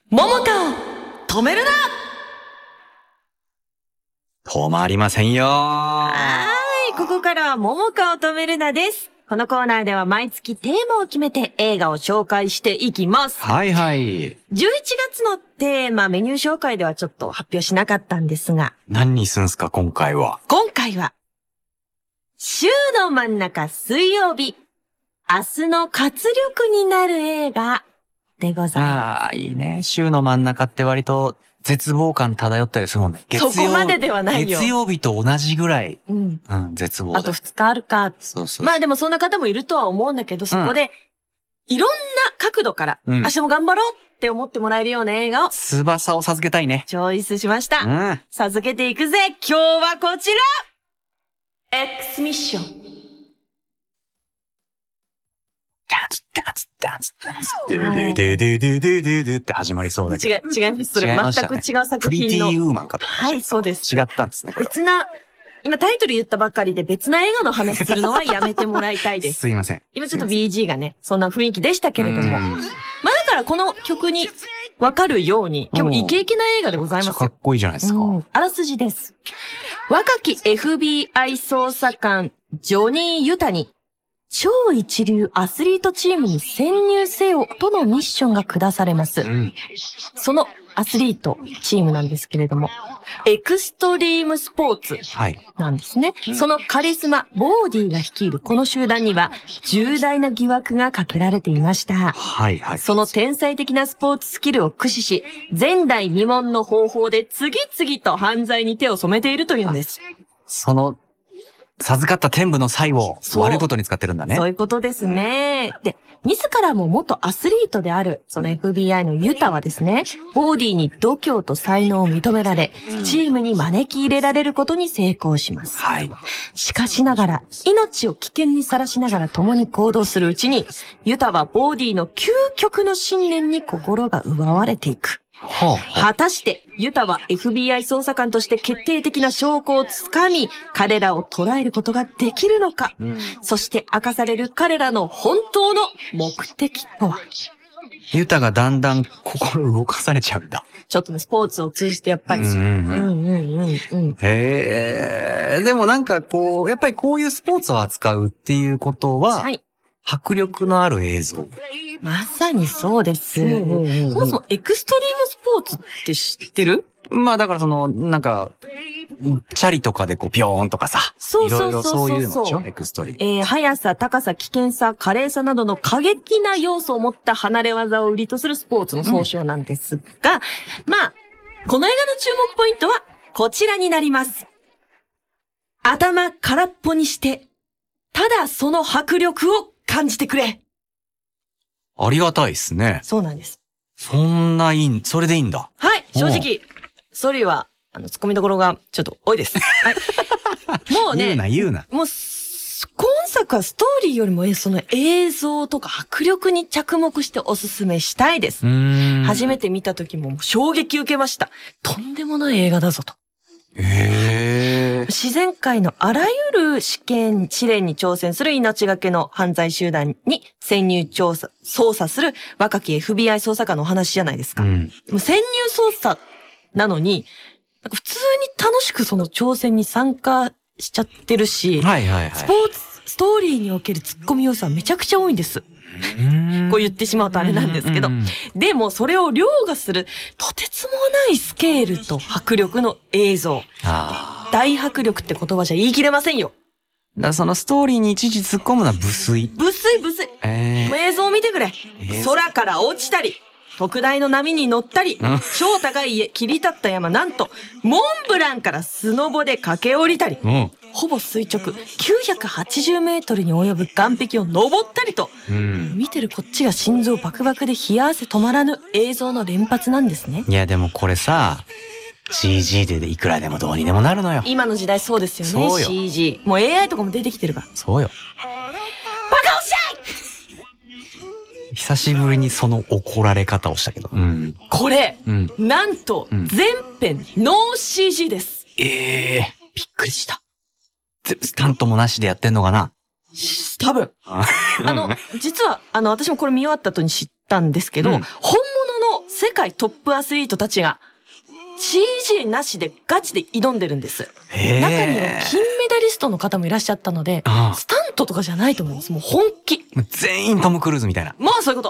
桃香を止めるな。 止まりませんよー。 ここからは桃香を止めるなです。このコーナーでは毎月テーマを決めて映画を紹介していきます。 はいはい。 11月のテーマ、メニュー紹介ではちょっと発表しなかったんですが。 何にすんすか、今回は。 今回は、週の真ん中水曜日、明日の活力になる映画でございます。 ああ、いいね。週の真ん中って割と絶望感漂ったりするもんね。 そこまでではないよ。 月曜日と同じぐらい。 うん。 絶望だ。 あと2日あるか。 そうそう。 まあでもそんな方もいるとは思うんだけど、そこで、いろんな角度から、明日も頑張ろうって思ってもらえるような映画を、 翼を授けたいね。 チョイスしました。授けていくぜ。今日はこちら X ミッション。 ダンスドゥドゥドゥドゥドゥドゥドゥドゥって始まりそうだけど。 違います。それ全く違う作品の。 プリティーウーマンかと。 はい、そうです。 違ったんですね。 今タイトル言ったばっかりで別な映画の話するのはやめてもらいたいです。 すいません。 今ちょっと BG がね、そんな雰囲気でしたけれども。まあだからこの曲にわかるように、今日もイケイケな映画でございますよ。 かっこいいじゃないですか。 あらすじです。若き FBI 捜査官、ジョニー・ユタに、超一流アスリートチームに潜入せよとのミッションが下されます。そのアスリートチームなんですけれども、エクストリームスポーツなんですね。そのカリスマ、ボーディが率いるこの集団には重大な疑惑がかけられていました。その天才的なスポーツスキルを駆使し、前代未聞の方法で次々と犯罪に手を染めているというんです。 その授かった天賦の才を悪いことに使ってるんだね。 そういうことですね。で、自らも元アスリートである、その FBI のユタはですね、ボーディに度胸と才能を認められ、チームに招き入れられることに成功します。しかしながら、命を危険にさらしながら共に行動するうちに、ユタはボーディの究極の信念に心が奪われていく。果たして、ユタは FBI 捜査官として決定的な証拠をつかみ、彼らを捕らえることができるのか、そして明かされる彼らの本当の目的とは。 ユタがだんだん心動かされちゃうんだ。 ちょっとね、スポーツを通じてやっぱり。でもなんかやっぱりこういうスポーツを扱うっていうことは、迫力のある映像。 まさにそうです。そもそもエクストリームスポーツって知ってる？ まあだからなんか、チャリとかでピョーンとかさ。いろいろそういうのでしょ？エクストリーム。 速さ、高さ、危険さ、華麗さなどの過激な要素を持った離れ技を売りとするスポーツの総称なんですが、まあ、この映画の注目ポイントはこちらになります。頭空っぽにして、ただその迫力を感じてくれ。 ありがたいですね。 そうなんです。 それでいいんだ。 はい、正直、ソリは、突っ込みどころがちょっと多いです。はい。もうね。 言うな。 もう、今作はストーリーよりもその映像とか迫力に着目しておすすめしたいです。初めて見た時も衝撃受けました。とんでもない映画だぞと。自然界のあらゆる試練に挑戦する命がけの犯罪集団に潜入捜査する若き FBI 捜査官のお話じゃないですか。潜入捜査なのに、普通に楽しくその挑戦に参加しちゃってるし、ストーリーにおけるツッコミ要素はめちゃくちゃ多いんです。こう言ってしまうとあれなんですけど。でもそれを凌駕するとてつもないスケールと迫力の映像。大迫力って言葉じゃ言い切れませんよ。 だからそのストーリーにいちいち突っ込むのは無粋。 もう映像を見てくれ。空から落ちたり、特大の波に乗ったり、超高い家、切り立った山、なんと、モンブランからスノボで駆け下りたり、ほぼ垂直、980メートルに及ぶ岸壁を登ったりと、見てるこっちが心臓バクバクで冷や汗止まらぬ映像の連発なんですね。 いやでもこれさ、CG でいくらでもどうにでもなるのよ。 今の時代そうですよね、 そうよ。 CG。もう AI とかも出てきてるから。 そうよ。 バカおっしゃい！ 久しぶりにその怒られ方をしたけど。 これ、なんと、全編ノー CG です。 びっくりした。スタントもなしでやってんのかな？ 多分。実は、私もこれ見終わった後に知ったんですけど、本物の世界トップアスリートたちが CG なしでガチで挑んでるんです。中には金メダリストの方もいらっしゃったので、スタントとかじゃないと思います。もう本気。 全員トム・クルーズみたいな。 まあそういうこと。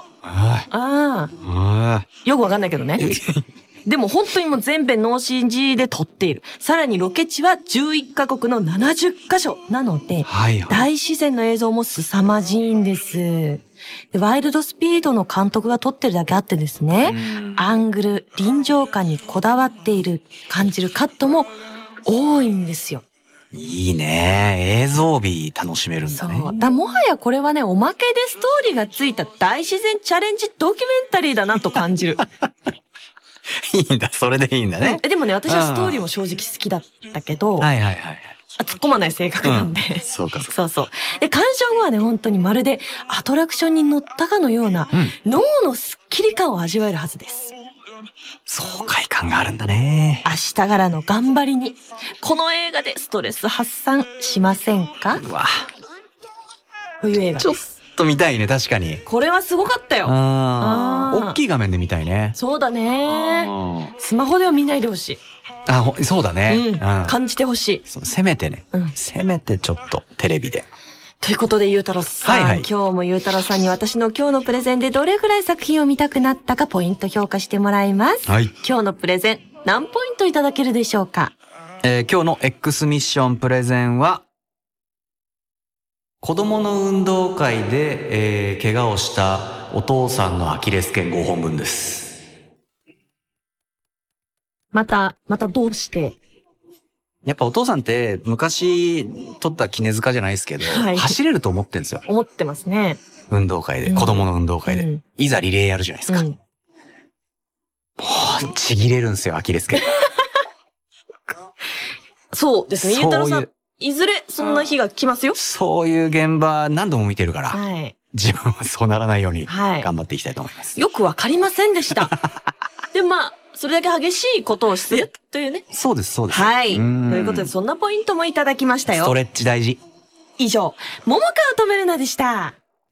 よくわかんないけどね。でも本当にもう全編ノー CG で撮っている。さらにロケ地は11カ国の70カ所なので、大自然の映像も凄まじいんです。でワイルドスピードの監督が撮ってるだけあってですね、アングル、臨場感にこだわっている、感じるカットも多いんですよ。 いいね。映像美楽しめるんだね。 そう。もはやこれはね、おまけでストーリーがついた大自然チャレンジドキュメンタリーだなと感じる。 いいんだ、それでいいんだね。 でもね、私はストーリーも正直好きだったけど、突っ込まない性格なんで。 そうか。 そうそう。で、鑑賞後はね、本当にまるでアトラクションに乗ったかのような、脳のスッキリ感を味わえるはずです。 爽快感があるんだね。 明日からの頑張りに、この映画でストレス発散しませんか？ うわ。 こういう映画です。 ちょっと見たいね、確かに。 これはすごかったよ。 大きい画面で見たいね。 そうだね。スマホでは見ないでほしい。 そうだね。 感じてほしい。 せめてね。せめてちょっとテレビで。 ということで、ゆうたろうさん。今日もゆうたろうさんに私の今日のプレゼンでどれくらい作品を見たくなったかポイント評価してもらいます。今日のプレゼン、何ポイントいただけるでしょうか？ 今日の X ミッションプレゼンは、子供の運動会で、怪我をしたお父さんのアキレス腱5本分です。 またどうして？ やっぱお父さんって昔取った杵塚じゃないですけど、走れると思ってるんですよ。 思ってますね。 運動会で、子供の運動会で。いざリレーやるじゃないですか。もう、ちぎれるんですよ、アキレス腱。 そうですね、ゆうたろうさん。いずれそんな日が来ますよ。 そういう現場何度も見てるから、自分はそうならないように頑張っていきたいと思います。 よくわかりませんでした。で、それだけ激しいことをするというね。 そうです、そうです。 はい。ということで、そんなポイントもいただきましたよ。 ストレッチ大事。 以上、桃川とめるなでした。